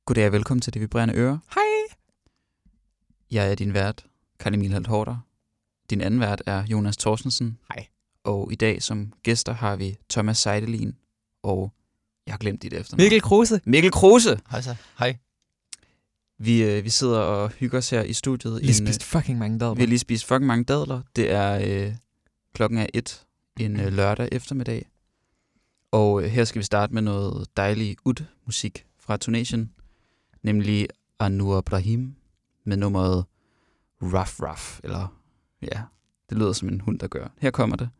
Goddag og velkommen til Det Vibrerende Øre. Hej! Jeg er din vært, Karl Emil Holthorter. Din anden vært er Jonas Thorstensen. Hej. Og i dag som gæster har vi Thomas Seidelin og jeg har glemt dit efternavn. Mikkel Kruse. Mikkel Kruse! Hej så. Hej. Vi sidder og hygger os her i studiet. Vi har spist fucking mange dadler. Vi har lige spist fucking mange dadler. Det er klokken er 1 en lørdag eftermiddag. Og her skal vi starte med noget dejlig ud-musik fra Tunesien. Nemlig Anur Brahim med nummeret Ruff Ruff. Eller ja, det lyder som en hund, der gør. Her kommer det.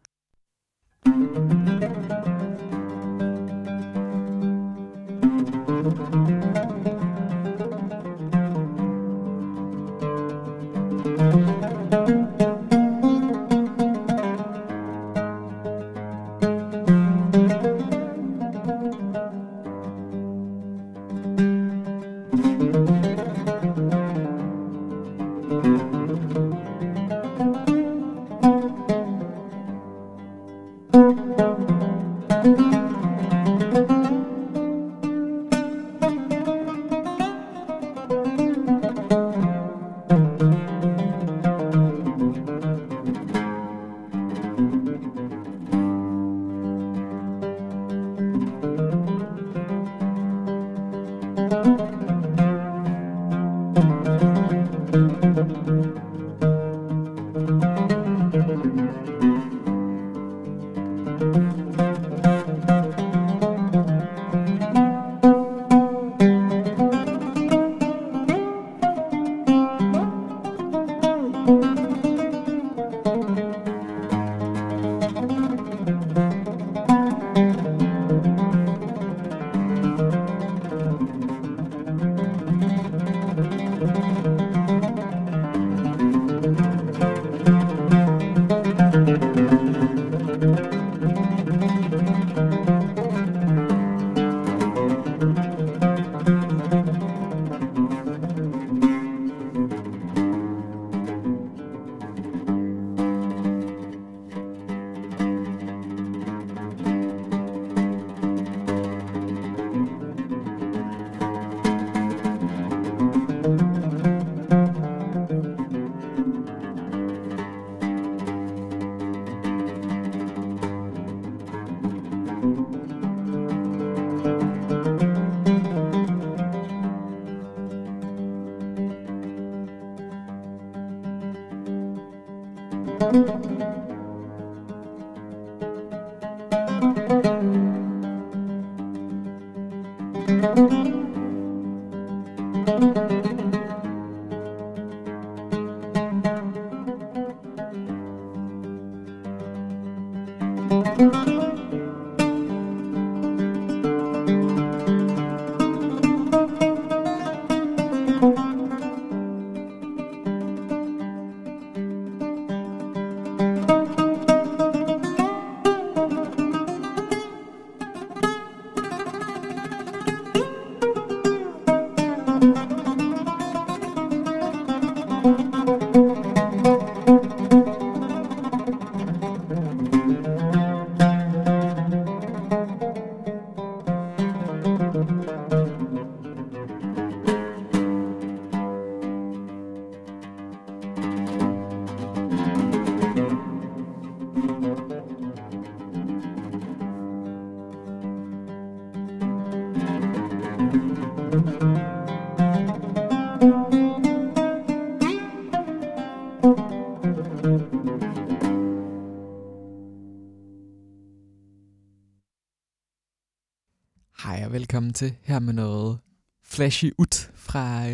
Hej og velkommen til her med noget flashy ud fra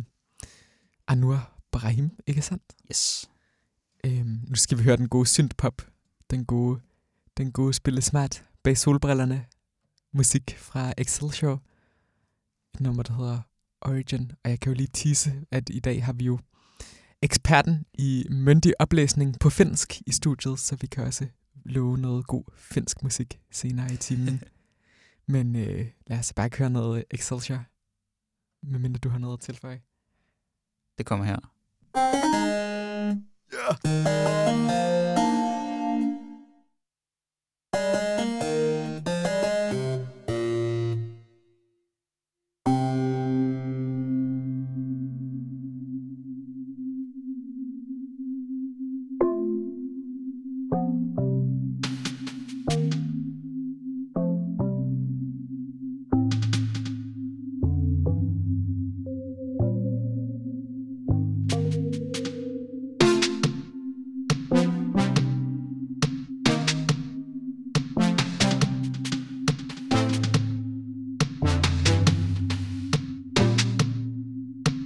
Anur Brahim, ikke sandt? Yes. Nu skal vi høre den gode synthpop, den gode spille smart bag solbrillerne musik fra Excelsior. Et nummer, der hedder Origin, og jeg kan jo lige tease, at i dag har vi jo eksperten i myndig oplæsning på finsk i studiet, så vi kan også love noget god finsk musik senere i timen. Men lad os bare høre noget Excelsior, medmindre du har noget at tilføje. Det kommer her.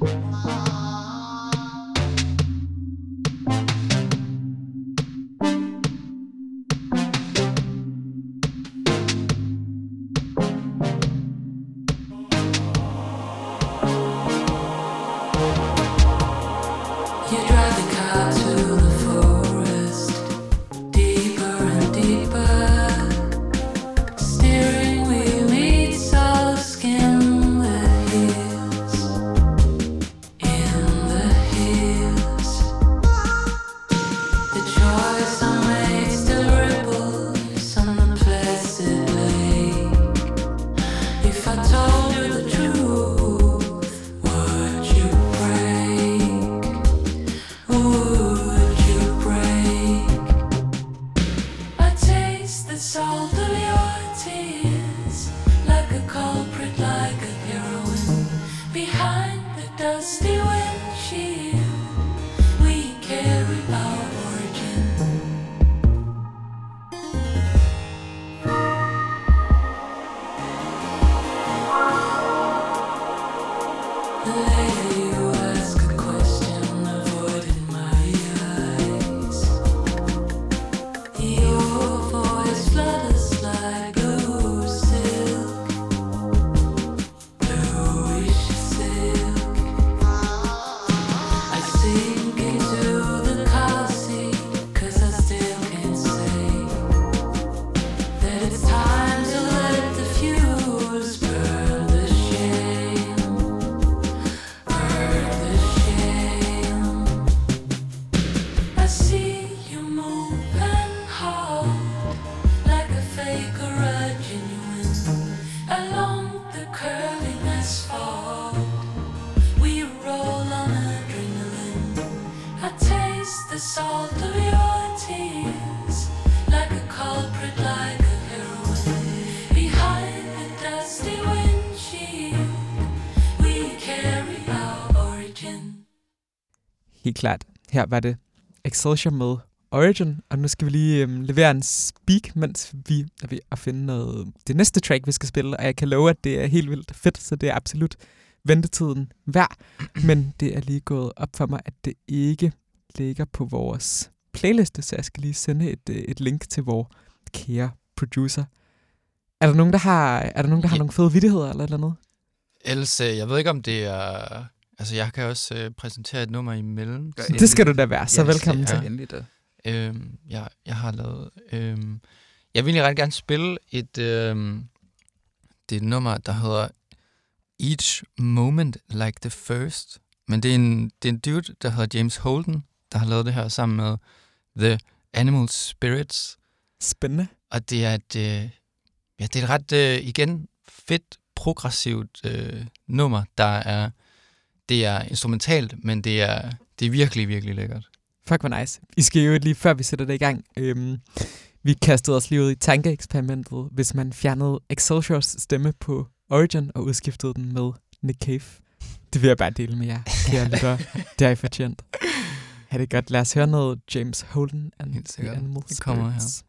Helt klart. Her var det Excelsior med Origin, og nu skal vi lige levere en speak, mens vi er ved at finde noget, det næste track, vi skal spille, og jeg kan love, at det er helt vildt fedt, så det er absolut ventetiden værd, men det er lige gået op for mig, at det ikke ligger på vores playliste, så jeg skal lige sende et link til vores kære producer. Er der nogen, der har nogle fede vittigheder eller et eller andet? Else, jeg ved ikke, om det er... Altså, jeg kan også præsentere et nummer imellem. Det skal du da være, så velkommen til. Endelig da. Jeg har lavet... jeg vil egentlig ret gerne spille det er et nummer, der hedder Each Moment Like the First. Men det er en dude, der hedder James Holden, der har lavet det her sammen med The Animal Spirits. Spændende. Og det er det er et ret, igen, fedt, progressivt nummer, det er instrumentalt, men det er virkelig, virkelig lækkert. Fuck, hvor nice. I skal jo lige, før vi sætter det i gang, vi kastede os lige ud i tankeeksperimentet, hvis man fjernede Excelsiors stemme på Origin og udskiftede den med Nick Cave. Det vil jeg bare dele med jer, kære lyttere. Det har I fortjent. Ha' det godt. Lad os høre noget James Holden and The Animal Spirits. Det kommer her.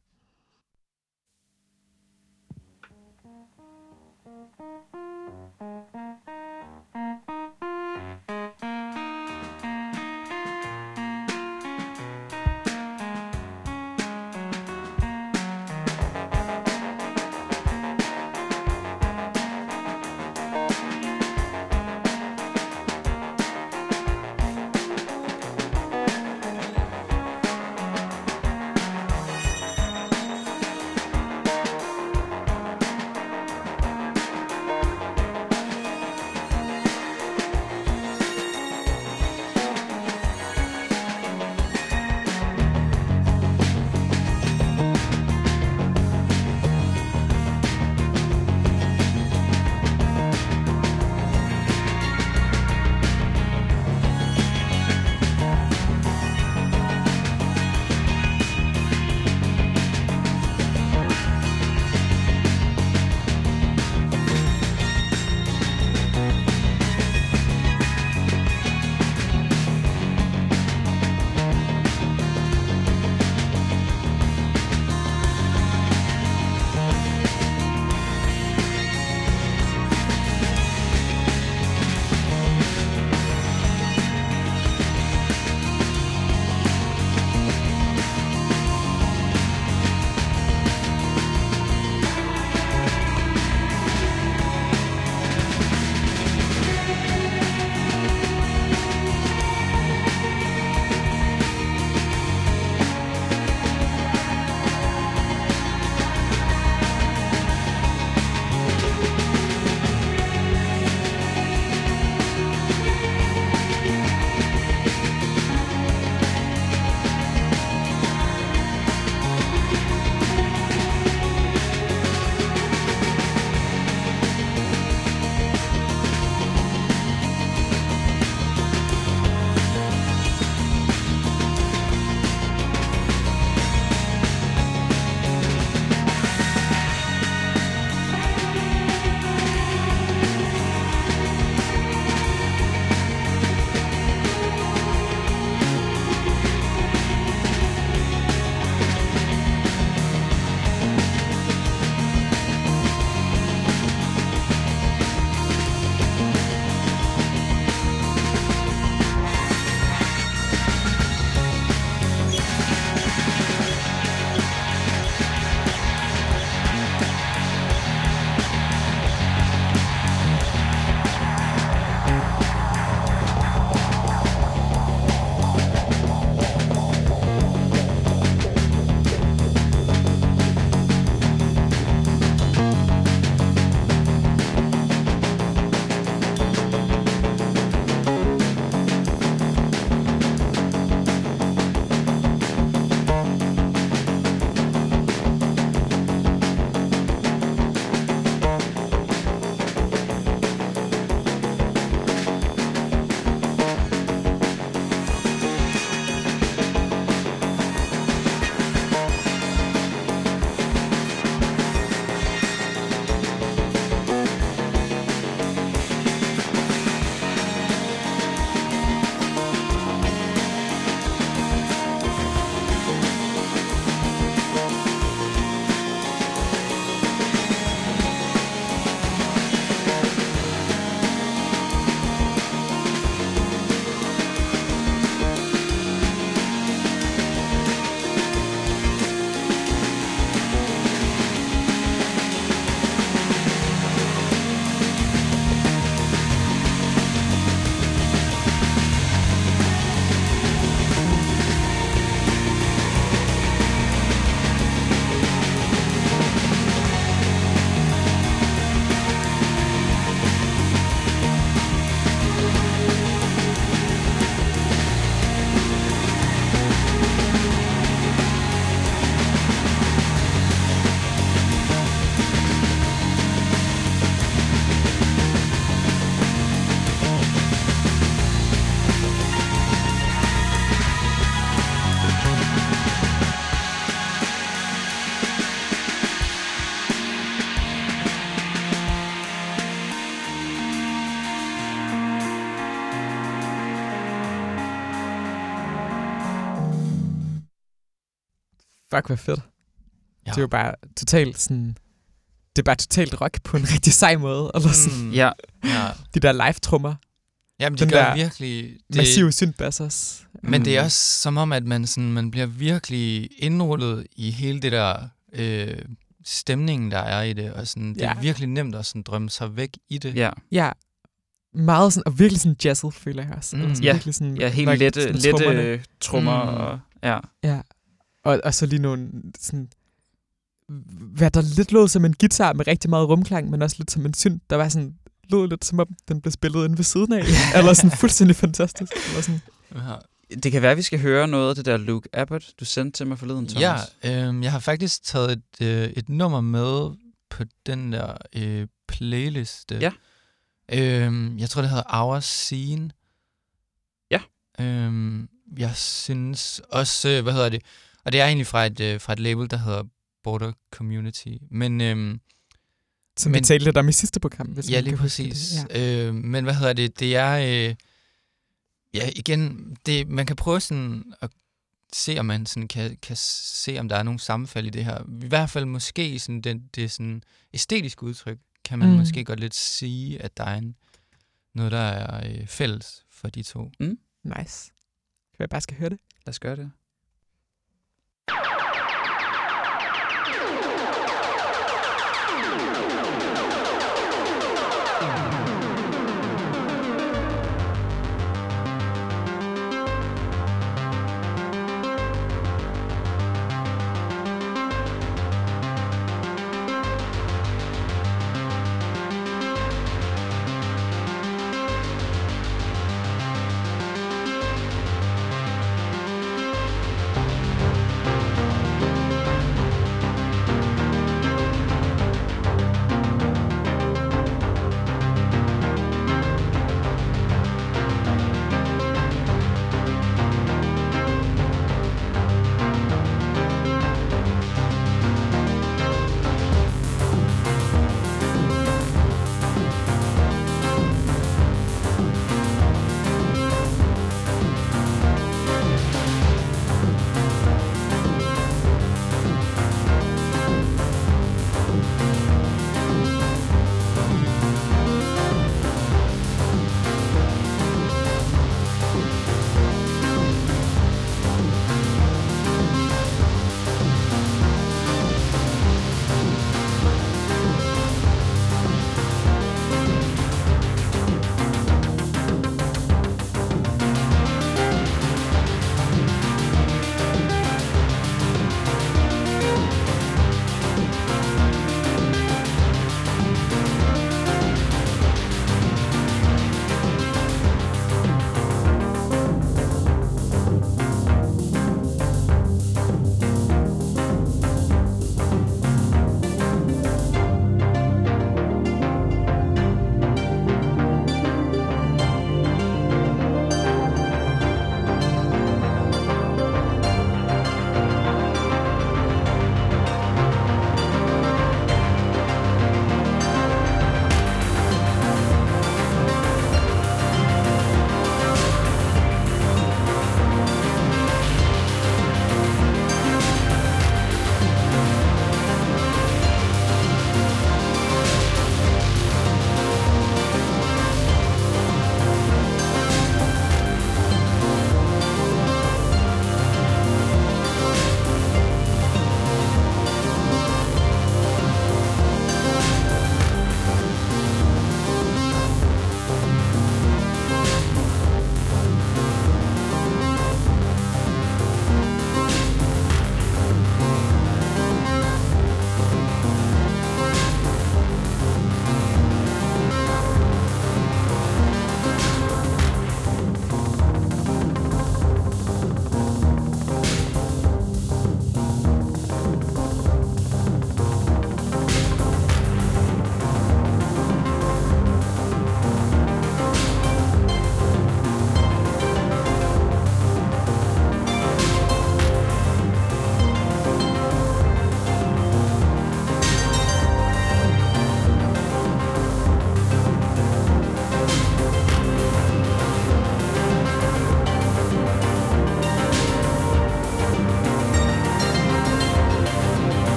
Fuck, hvad fedt. Ja. Det er jo bare totalt sådan... Det er bare totalt rock på en rigtig sej måde. Eller sådan. Ja, Ja. De der live-trummer. Jamen, Den det gør der virkelig... Massive synthbass også. Men det er også som om, at man bliver virkelig indrullet i hele det der stemningen, der er i det. Og sådan, det er virkelig nemt at sådan drømme sig væk i det. ja. Ja, meget sådan, og virkelig sådan jazzet, føler jeg også. Eller sådan, Ja. virkelig sådan, Ja, helt nok lette sådan trommerne. trommer. Og, ja. Ja, og så lige nogle sådan... Hvad der lidt lød som en guitar med rigtig meget rumklang, men også lidt som en synt, der var sådan... lød lidt som om, den blev spillet inde ved siden af. Eller sådan fuldstændig fantastisk. Eller sådan. Ja. Det kan være, at vi skal høre noget af det der Luke Abbott, du sendte til mig forleden, Thomas. Ja, jeg har faktisk taget et nummer med på den der playliste. Ja. Jeg tror, det hedder Our Scene. Ja. Jeg synes også, og det er egentlig fra et label, der hedder Border Community. Men Som vi talte lidt om i sidste program. Hvis ja, man lige kan huske præcis. det. Ja. Men det er... ja, igen, man kan prøve sådan at se, om man sådan kan se, om der er nogle sammenfald i det her. I hvert fald måske sådan det sådan æstetiske udtryk, kan man måske godt lidt sige, at der er noget, der er fælles for de to. Nice. Kan jeg bare skal høre det? Lad os gøre det.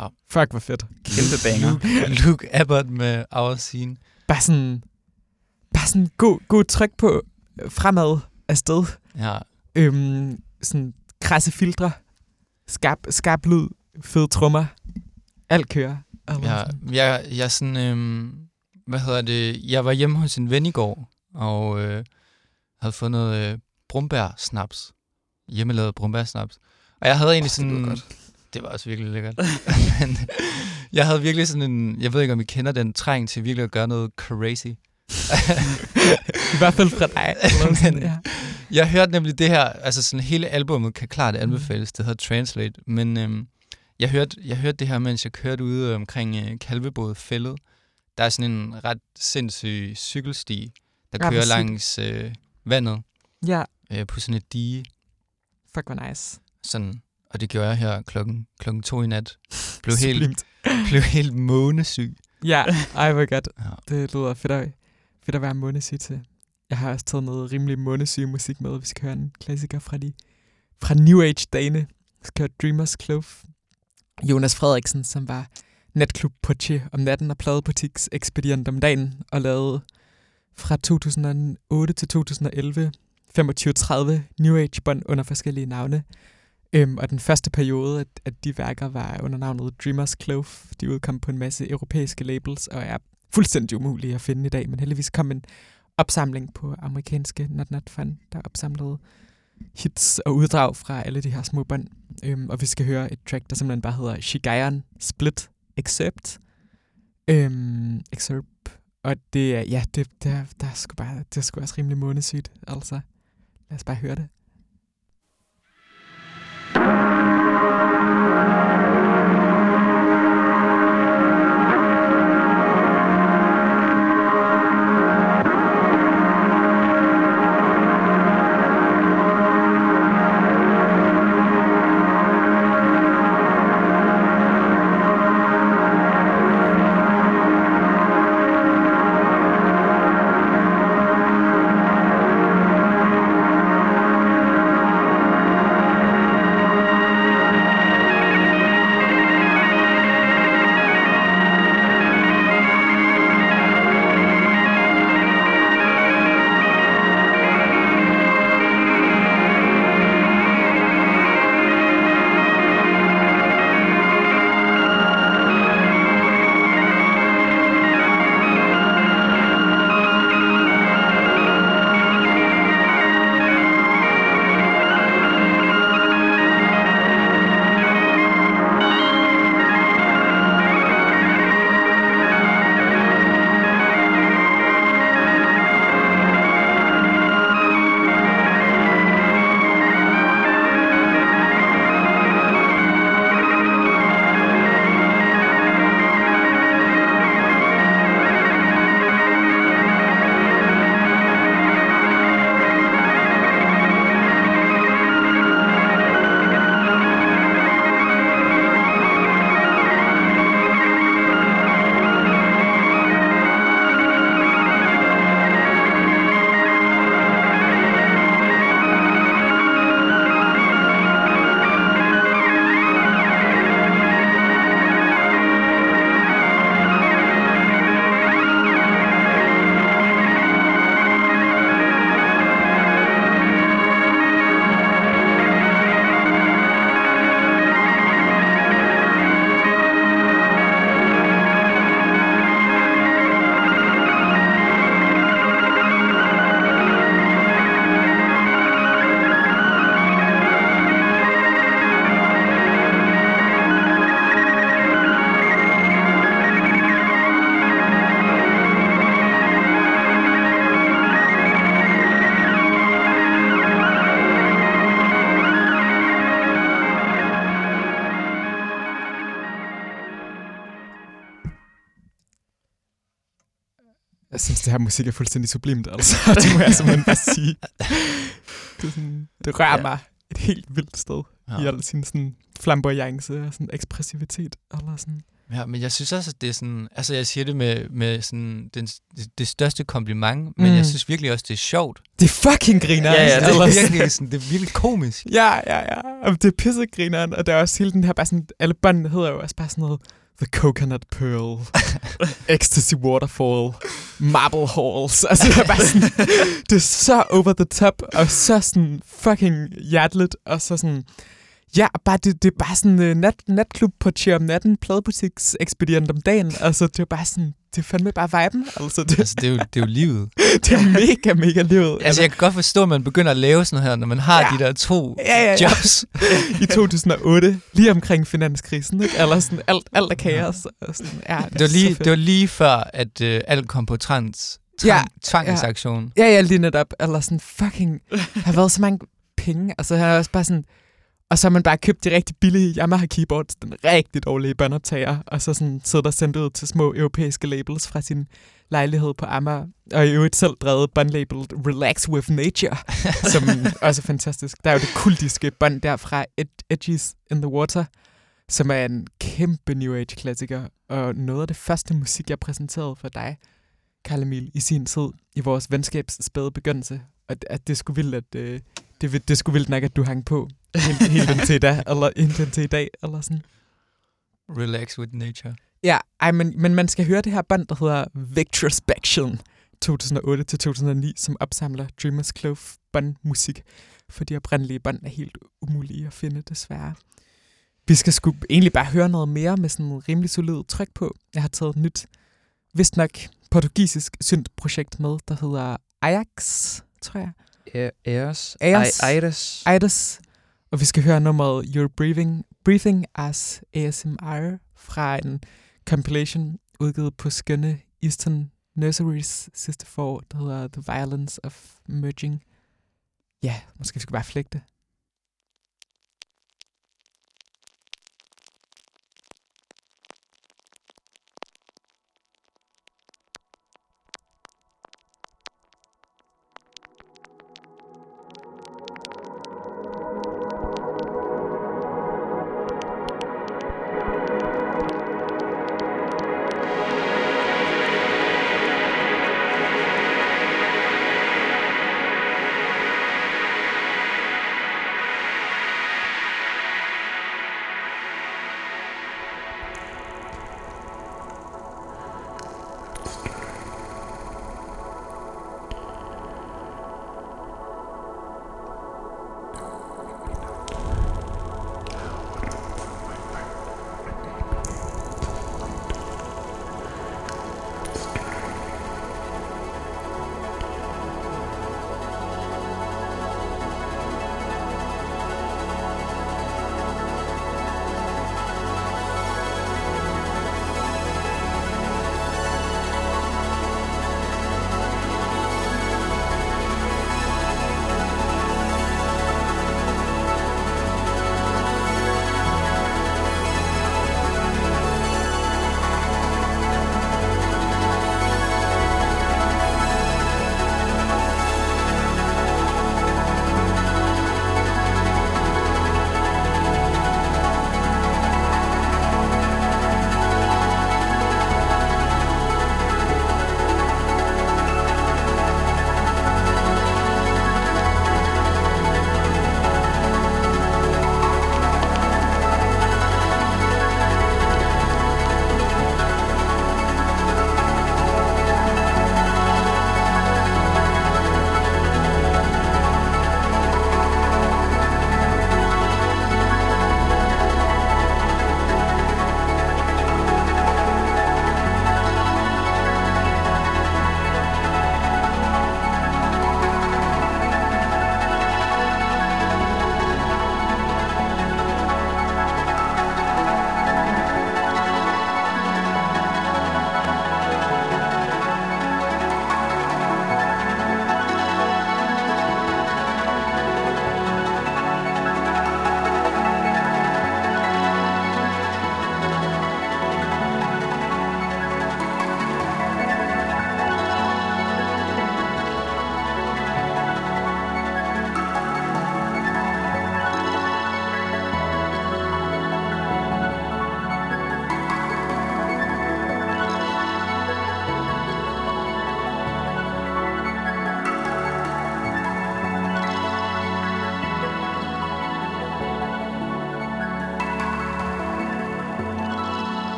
Ja. Fuck, hvor fedt. Kæmpe banger. Luke Abbott med Our Scene. Bare sådan god tryk på fremad afsted. Ja. Sådan krasse filtre, skarp lyd, fede trommer. Alt kører. Ja, jeg sådan, jeg var hjemme hos en ven i går, og havde fået noget brumbærsnaps. Hjemmelavet brumbærsnaps. Og jeg havde egentlig sådan... Det var også virkelig lækkert. Men jeg havde virkelig sådan en... Jeg ved ikke, om I kender den træng til virkelig at gøre noget crazy. I hvert fald fra dig. Men, jeg hørte nemlig det her... Altså sådan hele albumet kan klart anbefales. Det hedder Translate. Men jeg hørte det her, mens jeg kørte ude omkring Kalvebod Fællet. Der er sådan en ret sindssyg cykelsti, der kører langs vandet. Ja. På sådan et dige. Fuck, hvor nice. Sådan, og det gjorde jeg her klokken 2 i nat. Blev helt månesyg. Ja, ej, hvor godt. Ja. Det lyder fedt at være månesyg til. Jeg har også taget noget rimelig månesyg musik med. Vi skal høre en klassiker fra New Age-dagene. Vi skal høre Dreamers Clove. Jonas Frederiksen, som var natklub portier om natten og pladebutiks ekspedient om dagen, og lavede fra 2008 til 2011 25-30 New Age-bånd under forskellige navne. Og den første periode af de værker var under navnet Dreamers Clove. De udkom på en masse europæiske labels og er fuldstændig umulige at finde i dag, men heldigvis kom en opsamling på amerikanske Not Fun, der opsamlede hits og uddrag fra alle de her små bånd. Og vi skal høre et track, der simpelthen bare hedder Shigayan Split Excerpt. Og det er, ja, det er sgu også rimelig månesygt, altså. Lad os bare høre det. Jeg synes, det her musik er fuldstændig sublimt, altså. Det må jeg simpelthen bare sige. Det rører mig et helt vildt sted. I al sin sådan flamboyance og sådan ekspressivitet. Eller sådan. Ja, men jeg synes også, at det er sådan... Altså, jeg siger det med sådan det største kompliment, men jeg synes virkelig også, det er sjovt. Det er fucking grineren. Ja, det er virkelig komisk. Ja. Og det er pissegrineren, og der er også hele den her, bare sådan, alle båndene hedder jo også bare sådan noget, The Coconut Pearl, Ecstasy Waterfall, Marble Halls. Altså, det er bare sådan, det er så over the top, og så sådan fucking hjerteligt, og så sådan... Ja, bare det er bare sådan natklub på Cheer om natten, pladebutiksekspedient om dagen. Altså, det er bare sådan, det er fandme bare viben. Altså, det er jo livet. Det er mega livet. Altså, jeg kan godt forstå, at man begynder at lave sådan noget her, når man har de der 2 jobs. I 2008, lige omkring finanskrisen, ikke? Eller sådan, alt er kaos. Sådan, det var lige før, at alt kom på tvangsaktion. Ja, lige netop. Eller sådan fucking, har været så mange penge. Altså, han er også bare sådan... Og så har man bare købt de rigtig billige Yamaha keyboards, den rigtig dårlige båndoptager, og så sådan sidder der sendt ud til små europæiske labels fra sin lejlighed på Amager, og i øvrigt selv drevet båndlabel Relax With Nature, som også er fantastisk. Der er jo det kultiske bånd der fra Edges in the Water, som er en kæmpe New Age-klassiker, og noget af det første musik, jeg præsenterede for dig, Carl Emil, i sin tid, i vores venskabs spæde begyndelse, og at det skulle vildt, at... Det skulle vildt nok, at du hang på helt indtil i dag, eller sådan. Relax with nature. Ja, men man skal høre det her band, der hedder Victrospection 2008-2009, som opsamler Dreamers Clove bandmusik, for de oprindelige band er helt umulige at finde, desværre. Vi skal sgu egentlig bare høre noget mere med sådan en rimelig solid tryk på. Jeg har taget et nyt, vist nok portugisisk synth-projekt med, der hedder Ajax, tror jeg. Iris. Og vi skal høre nummeret You're Breathing as ASMR fra en compilation udgivet på skønne Eastern Nurseries sidste forår, der hedder The Violence of Merging. Ja, måske vi skal bare flægte det.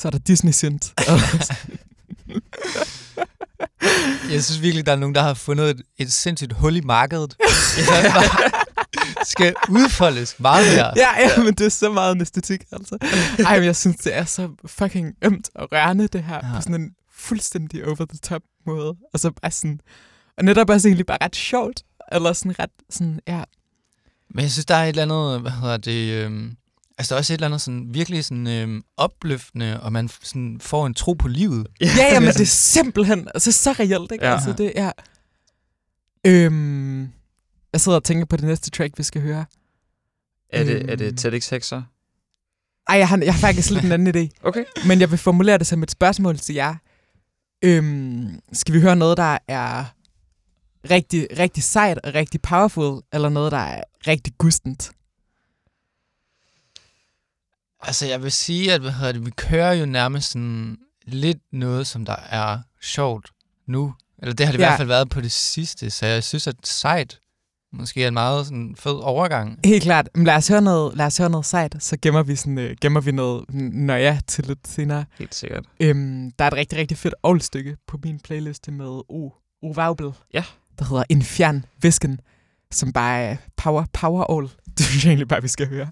Så er der Disney-synt. Jeg synes virkelig, der er nogen, der har fundet et sindssygt hul i markedet. Skal udfoldes meget mere. Ja, men det er så meget en æstetik, altså. Ej, men jeg synes, det er så fucking ømt og rørende, det her, på sådan en fuldstændig over-the-top måde. Og så bare sådan, og netop også egentlig bare ret sjovt, eller sådan ret, sådan, ja. Men jeg synes, der er et eller andet, altså der er også et eller andet sådan, virkelig sådan opløftende, og man sådan får en tro på livet. Ja, men det er simpelthen, altså så reelt, ikke? Ja. Altså, det er... jeg sidder og tænker på det næste track, vi skal høre. Er det TEDx Hexer? Ej, jeg har faktisk lidt en anden idé. Okay. Men jeg vil formulere det som et spørgsmål til jer. Skal vi høre noget, der er rigtig, rigtig sejt og rigtig powerful, eller noget, der er rigtig gustent? Altså, jeg vil sige, at vi kører jo nærmest sådan lidt noget, som der er sjovt nu. Eller det har det i hvert fald været på det sidste, så jeg synes, at sejt måske er en meget sådan fed overgang. Helt klart. Men lad os høre noget sejt, så gemmer vi noget nøje til lidt senere. Helt sikkert. Der er et rigtig, rigtig fedt oldstykke på min playliste med O Vaubel. Ja. Der hedder En fjern visken, som bare er power all. Det synes jeg egentlig bare, vi skal høre.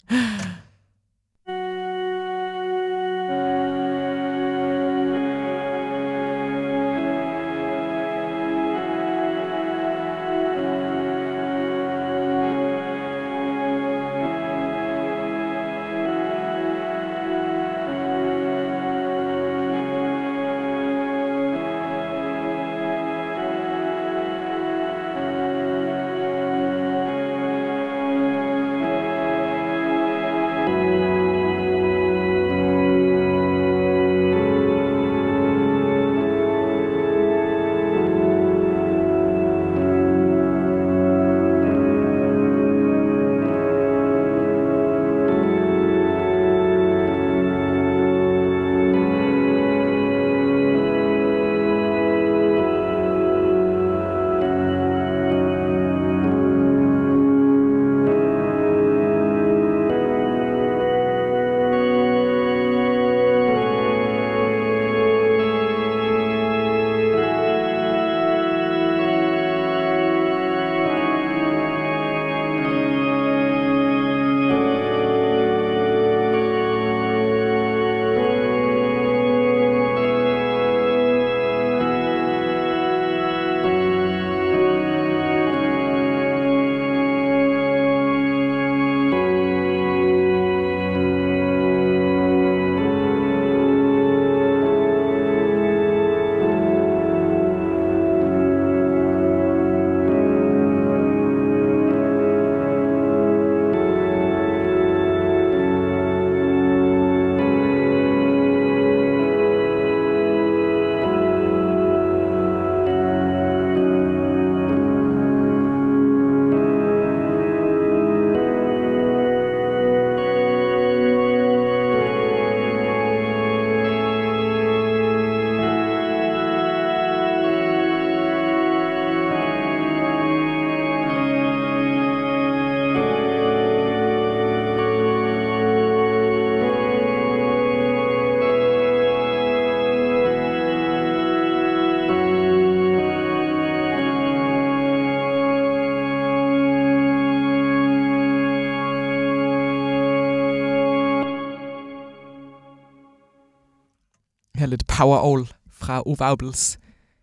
Her lidt Power All fra O Vaubels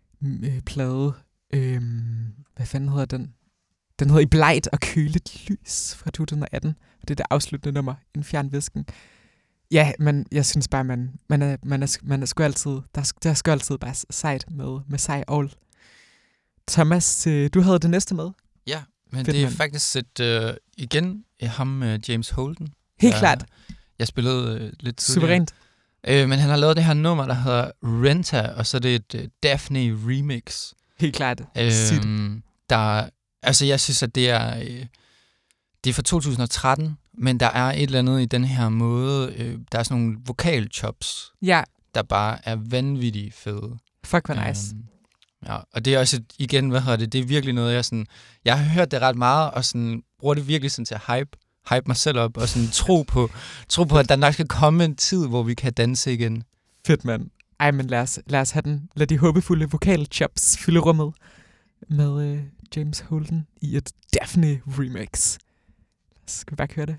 plade. Hvad fanden hedder den? Den hedder I blegt og køligt lys fra 2018. Og det er det afsluttende nummer, En fjern visken. Ja, men jeg synes bare, man er sgu altid, der er sgu altid bare sejt med sej all. Thomas, du havde det næste med. Ja, men Fedt, det er mand. faktisk igen ham, James Holden. Helt klart. Jeg spillede lidt tidligere. Suverænt. Men han har lavet det her nummer, der hedder Renta, og så er det et Daphne remix. Helt klart. Altså, jeg synes, at det er fra 2013, men der er et eller andet i den her måde. Der er sådan nogle vokalchops, Ja, der bare er vanvittigt fede. fuck hvor nice. Ja, og det er også det er virkelig noget, jeg har hørt det ret meget, og sådan, bruger det virkelig sådan til at hype mig selv op, og sådan tro på, at der nok skal komme en tid, hvor vi kan danse igen. Fedt, mand. Ej, men lad os have den. Lad de håbefulde vokalchops fylde rummet med James Holden i et Daphne remix. Skal vi bare høre det?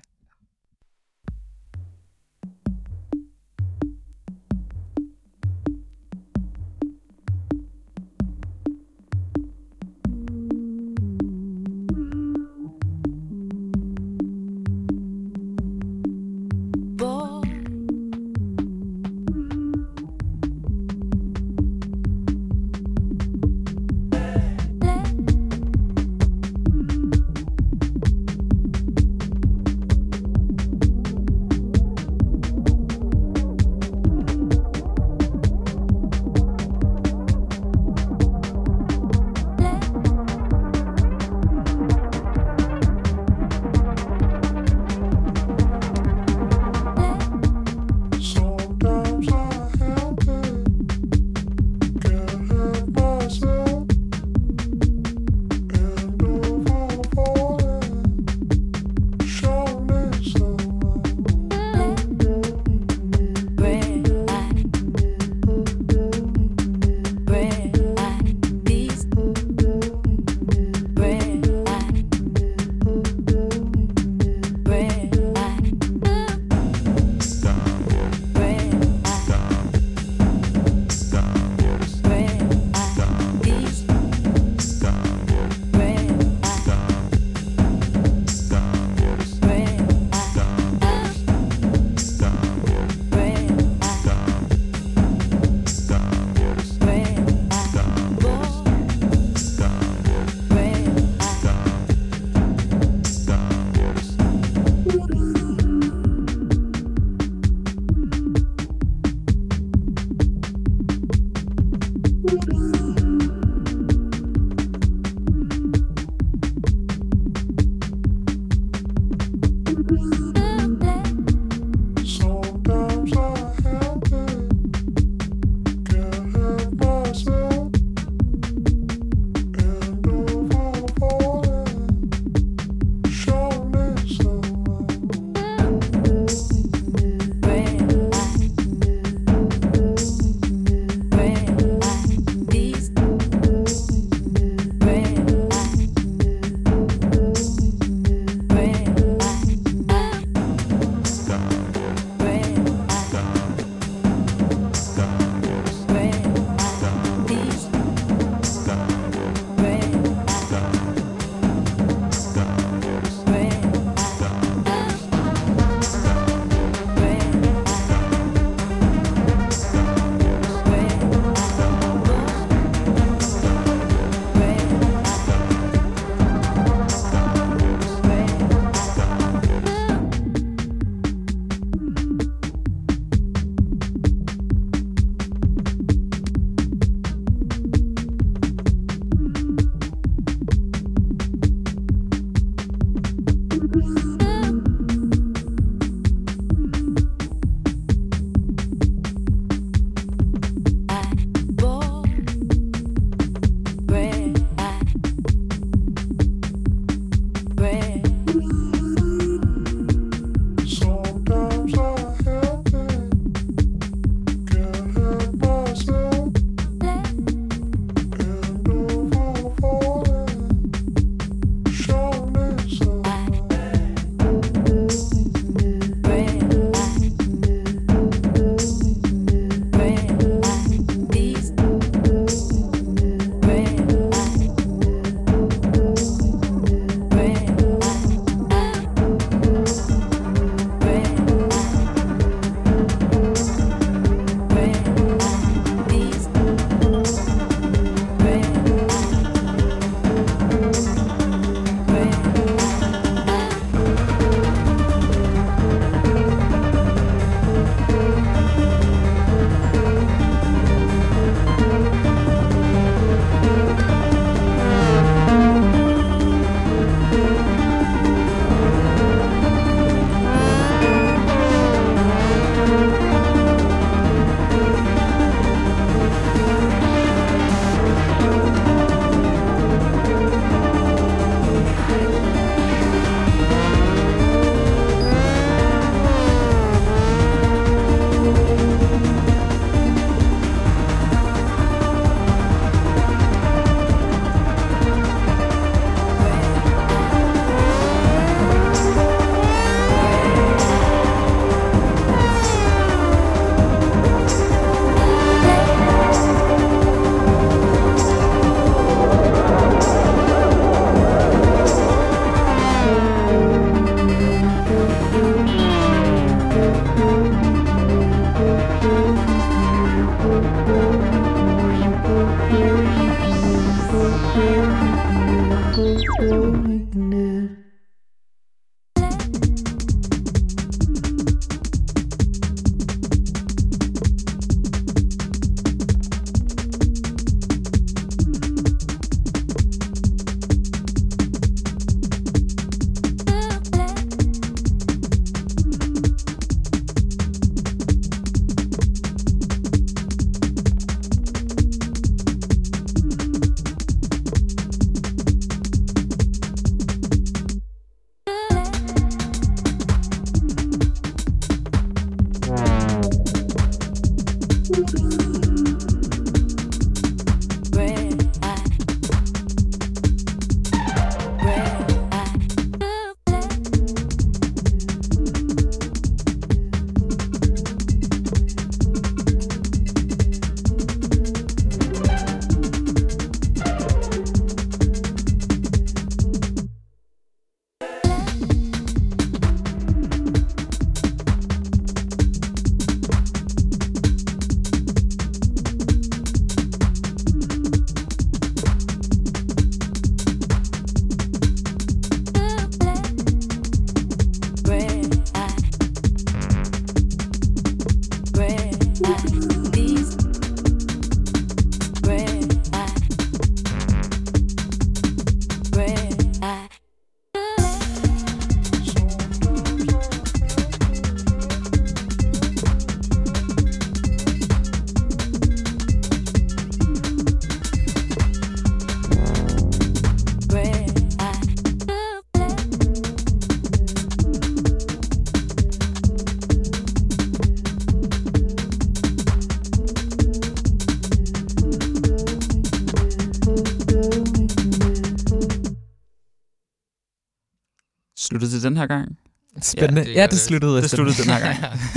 Sluttede det den her gang? Spændende. Ja, det sluttede. Det sluttede den her gang.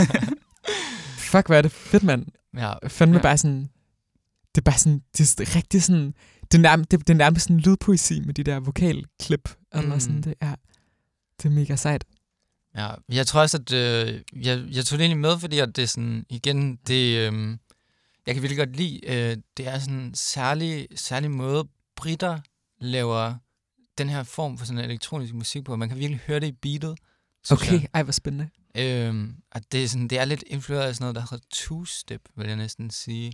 Fuck, hvad er det fedt, mand. Ja. Fandme bare sådan... Det er bare sådan... Det er rigtig sådan... Det er nærmest sådan lydpoesi med de der vokalklip. Eller sådan, det er mega sejt. Ja, jeg tror også, at jeg tog det egentlig med, fordi at det er sådan... Igen, det... jeg kan virkelig godt lide... det er sådan en særlig måde, britter laver den her form for sådan elektronisk musik på. Man kan virkelig høre det i beatet. Okay, ej, hvor spændende. At det er, sådan, det er lidt influeret af sådan noget, der hedder two-step, vil jeg næsten sige.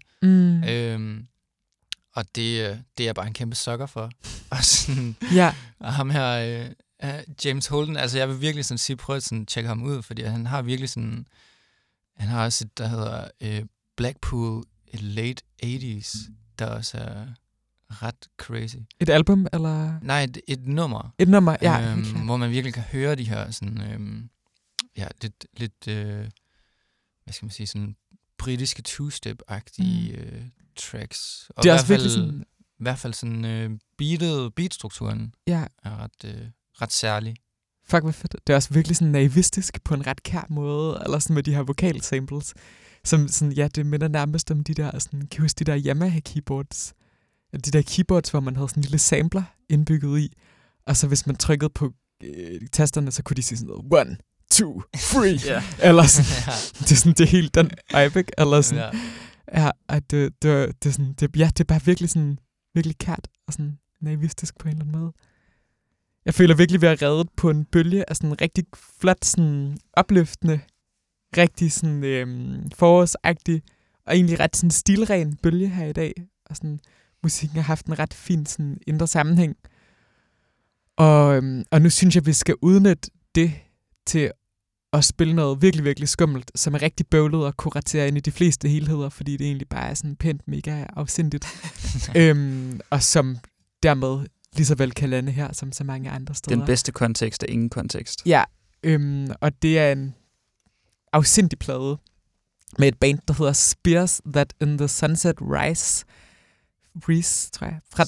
Og det er jeg bare en kæmpe sukker for. Og sådan, og ham her, James Holden, altså jeg vil virkelig sådan sige, prøv at sådan tjekke ham ud, fordi han har virkelig sådan, han har også et, der hedder Blackpool Late 80's, der også er ret crazy. Et album, eller? Nej, et nummer. Et nummer, ja. Hvor man virkelig kan høre de her sådan, lidt hvad skal man sige, sådan britiske two-step-agtige tracks. Og det er også virkelig sådan... I hvert fald sådan beatstrukturen er ret særlig. Fuck, hvad fedt. Det er også virkelig sådan naivistisk på en ret kær måde, eller sådan med de her vokalsamples, som sådan, det minder nærmest om de der, sådan, kan I huske de der Yamaha keyboards? De der keyboards, hvor man havde sådan en lille sampler indbygget i, og så hvis man trykkede på tasterne, så kunne de sige sådan noget, 1, 2, 3, eller sådan, det er sådan, det er helt den vibe, eller sådan, at det er sådan, det er bare virkelig sådan, virkelig kært, og sådan naivistisk på en eller anden måde. Jeg føler virkelig, vi har reddet på en bølge af sådan rigtig flot, sådan opløftende, rigtig sådan forårsagtig, og egentlig ret sådan stilren bølge her i dag, og sådan, musikken har haft en ret fin sådan indre sammenhæng. Og nu synes jeg, vi skal udnytte det til at spille noget virkelig, virkelig skummelt, som er rigtig bøvlet og kuratere ind i de fleste helheder, fordi det egentlig bare er sådan pænt mega afsindigt. Og som dermed lige så vel kan lande her, som så mange andre steder. Den bedste kontekst er ingen kontekst. Ja, og det er en afsindig plade med et band, der hedder Spears That in the Sunset Rise, tror jeg, fra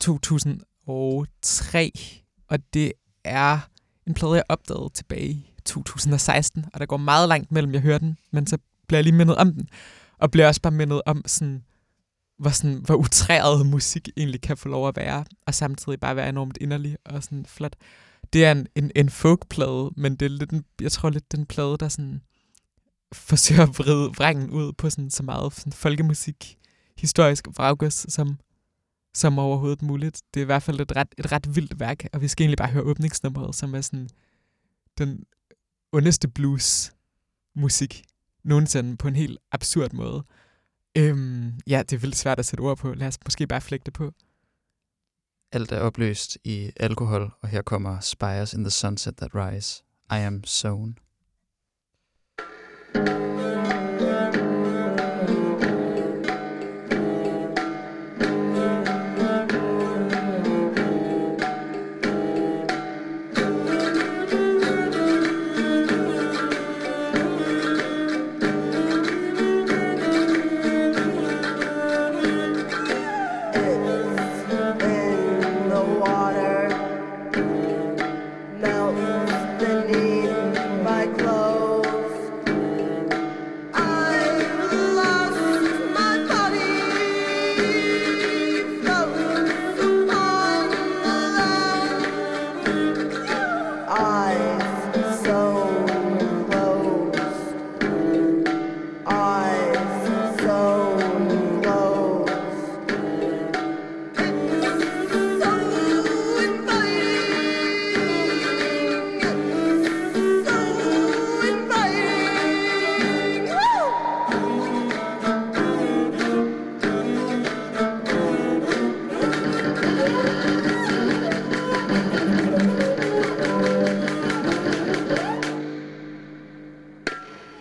2003. Og det er en plade, jeg opdagede tilbage i 2016, og der går meget langt mellem, jeg hører den, men så bliver jeg lige mindet om den, og bliver også bare mindet om, sådan, hvor utræret musik egentlig kan få lov at være, og samtidig bare være enormt inderlig og sådan flot. Det er en folkplade, men det er lidt jeg tror lidt den plade, der sådan forsøger at vride vrængen ud på sådan så meget sådan folkemusik, historisk vraggods, som overhovedet muligt. Det er i hvert fald et ret vildt værk, og vi skal egentlig bare høre åbningsnummeret, som er sådan den ondeste blues-musik nogensinde på en helt absurd måde. Det er vildt svært at sætte ord på. Lad os måske bare flægte på. Alt er opløst i alkohol, og her kommer Spires in the Sunset That Rise. I am zone.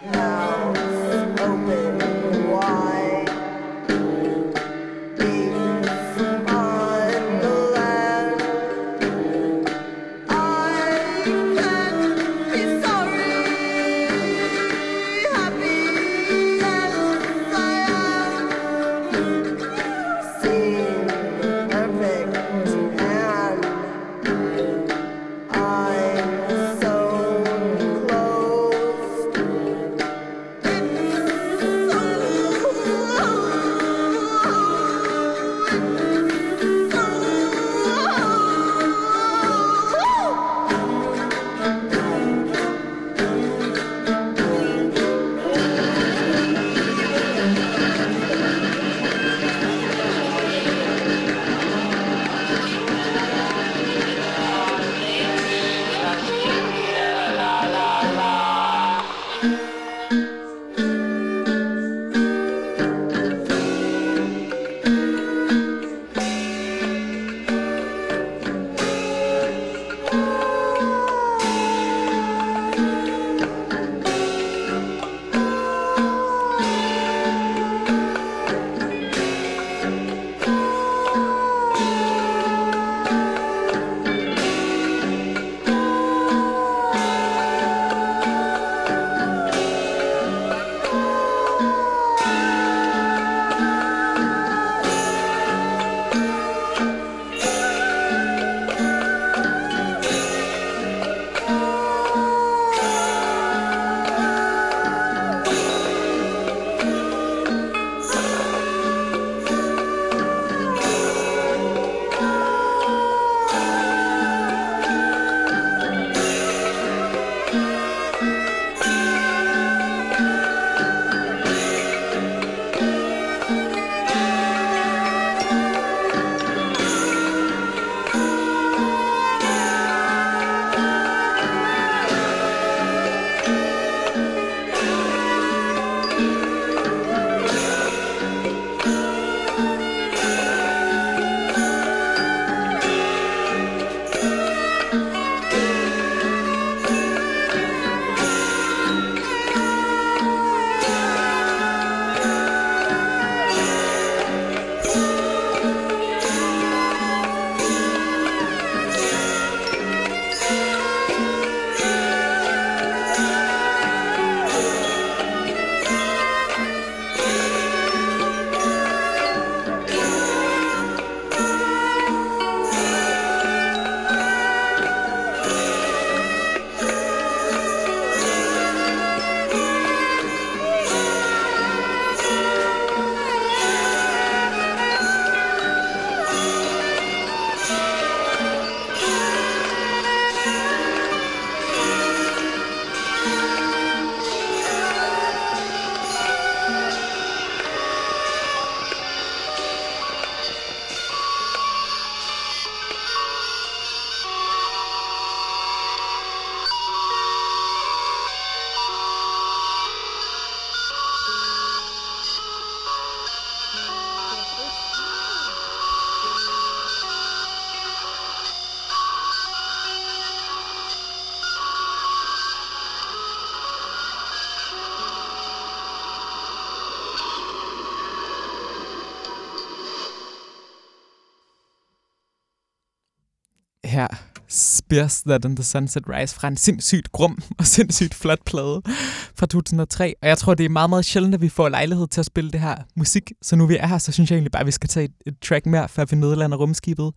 her Spears That in the Sunset Rise fra en sindssygt grum og sindssygt flot plade fra 2003. Og jeg tror, det er meget, meget sjældent, at vi får lejlighed til at spille det her musik. Så nu vi er her, så synes jeg egentlig bare, at vi skal tage et track mere, før vi nødlander rumskibet.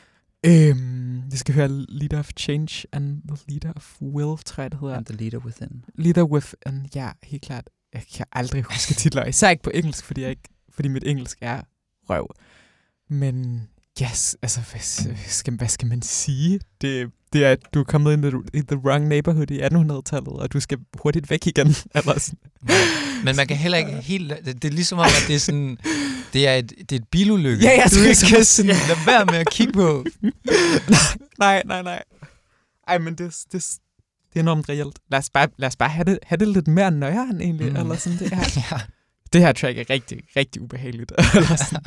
Vi skal høre Leader of Change and the Leader of Will, tror jeg, det hedder. And the Leader Within. Leader Within, ja, helt klart. Jeg kan aldrig huske titler, især ikke på engelsk, fordi mit engelsk er røv. Men yes, altså, hvad skal man sige? Det er, at du er kommet ind i the wrong neighborhood i 1800-tallet, og du skal hurtigt væk igen. Men man kan heller ikke helt... Det er ligesom om, at det er sådan... Det er et bilulykke. Ja, du skal sådan lade være med at kigge på. Nej. Ej, men det er enormt reelt. Lad os bare have det lidt mere nøjeren egentlig, eller sådan det her. Ja. Det her track er rigtig, rigtig ubehageligt. Eller sådan.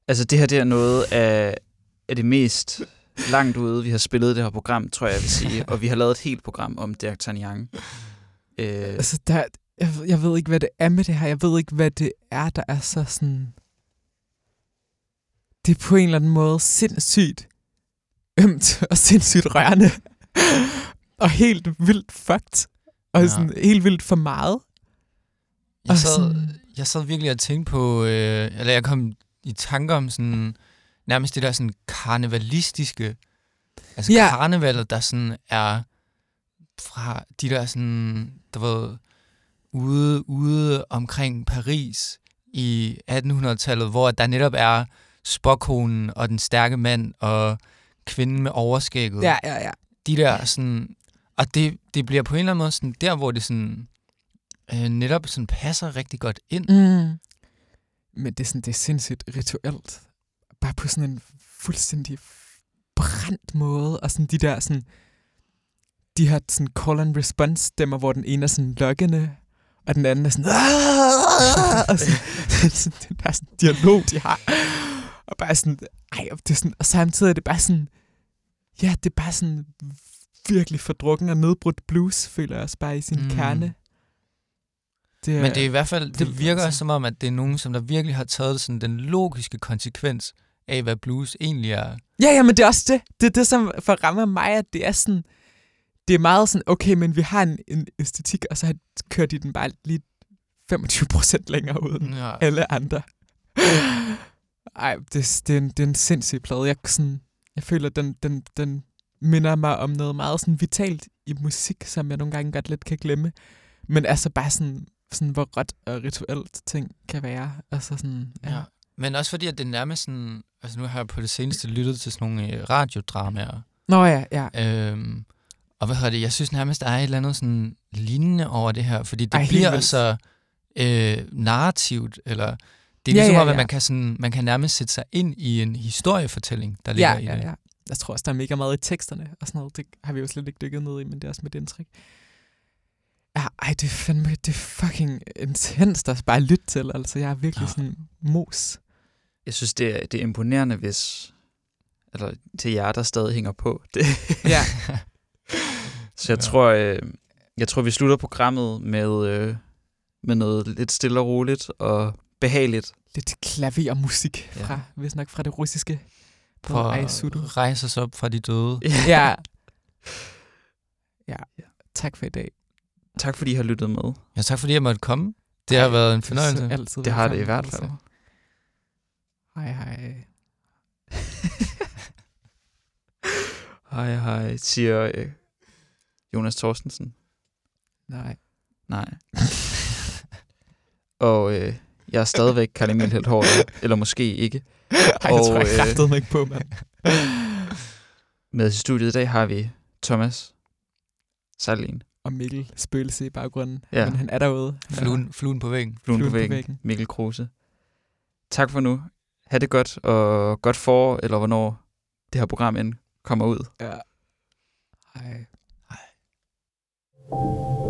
Altså, det her det er noget af det mest langt ude, vi har spillet det her program, tror jeg vil sige. Og vi har lavet et helt program om D'Artagnan. Altså, jeg ved ikke, hvad det er med det her. Jeg ved ikke, hvad det er, der er så sådan... Det er på en eller anden måde sindssygt ømt og sindssygt rørende. Og helt vildt fucked. Og sådan helt vildt for meget. Jeg sad virkelig og tænkte på... eller jeg kom i tanker om sådan... Nærmest det der sådan karnevalistiske... Altså karnevalet, der sådan er... Fra de der sådan... Der var ude omkring Paris i 1800-tallet, hvor der netop er spåkonen og den stærke mand og kvinden med overskægget. Ja. De der sådan... Og det bliver på en eller anden måde sådan der, hvor det sådan... netop sådan passer rigtig godt ind. Mm. Men det er sindssygt rituelt. Bare på sådan en fuldstændig brændt måde. Og sådan de der sådan... De har sådan call and response stemmer, hvor den ene er sådan lokkende, og den anden er sådan... og sådan den der sådan dialog, de har. Og bare sådan... det er sådan, og samtidig er det bare sådan... Ja, det er bare sådan virkelig fordrukken og nedbrudt blues, føler jeg også bare i sin kerne. Men det er i hvert fald... Det virker som om, at det er nogen, som der virkelig har taget sådan den logiske konsekvens af, hvad blues egentlig er. Ja, men det er også det. Det er det, som for rammer mig, at det er sådan... Det er meget sådan, okay, men vi har en æstetik, og så kører de den bare lige 25% længere ud end alle andre. Ej, det er en sindssyg plade. Jeg føler, den minder mig om noget meget sådan vitalt i musik, som jeg nogle gange godt lidt kan glemme. Men altså bare sådan hvor råt og rituelt ting kan være. Altså sådan, ja. Men også fordi, at det nærmest sådan... Altså nu har jeg på det seneste lyttet til sådan nogle radiodramaer. Nå ja. Og hvad hedder det? Jeg synes nærmest, der er et eller andet sådan lignende over det her, fordi det bliver så narrativt, eller det er ligesom at man kan nærmest sætte sig ind i en historiefortælling, der ligger i det. Ja. Jeg tror også, der er mega meget i teksterne og sådan noget. Det har vi jo slet ikke dykket ned i, men det er også mit indtryk. Ja, det er fucking intenst at bare lytte til. Altså, jeg er virkelig sådan mos. Jeg synes, det er imponerende, hvis... Eller til jer, der stadig hænger på. Det. Ja. Så jeg tror, vi slutter programmet med noget lidt stille og roligt og behageligt. Lidt klavermusik fra, hvis nok fra det russiske. På rejse os op fra de døde. Ja. Tak for i dag. Tak fordi I har lyttet med. Ja, tak fordi jeg måtte komme. Det har været en fornøjelse. Det har det i hvert fald. Hej. Hej, siger Jonas Thorstensen. Nej. Og jeg er stadigvæk Karl Emil Helt eller måske ikke. Ej, det tror jeg kraftede mig ikke på, mand. Med i studiet i dag har vi Thomas Sejlin. Og Mikkel Spøgelse i baggrunden. Ja. Men han er derude. Fluen på væggen. Fluen på væggen. Mikkel Kruse. Tak for nu. Ha' det godt, og godt forår, eller hvornår det her program end kommer ud. Ja. Hej. Hej.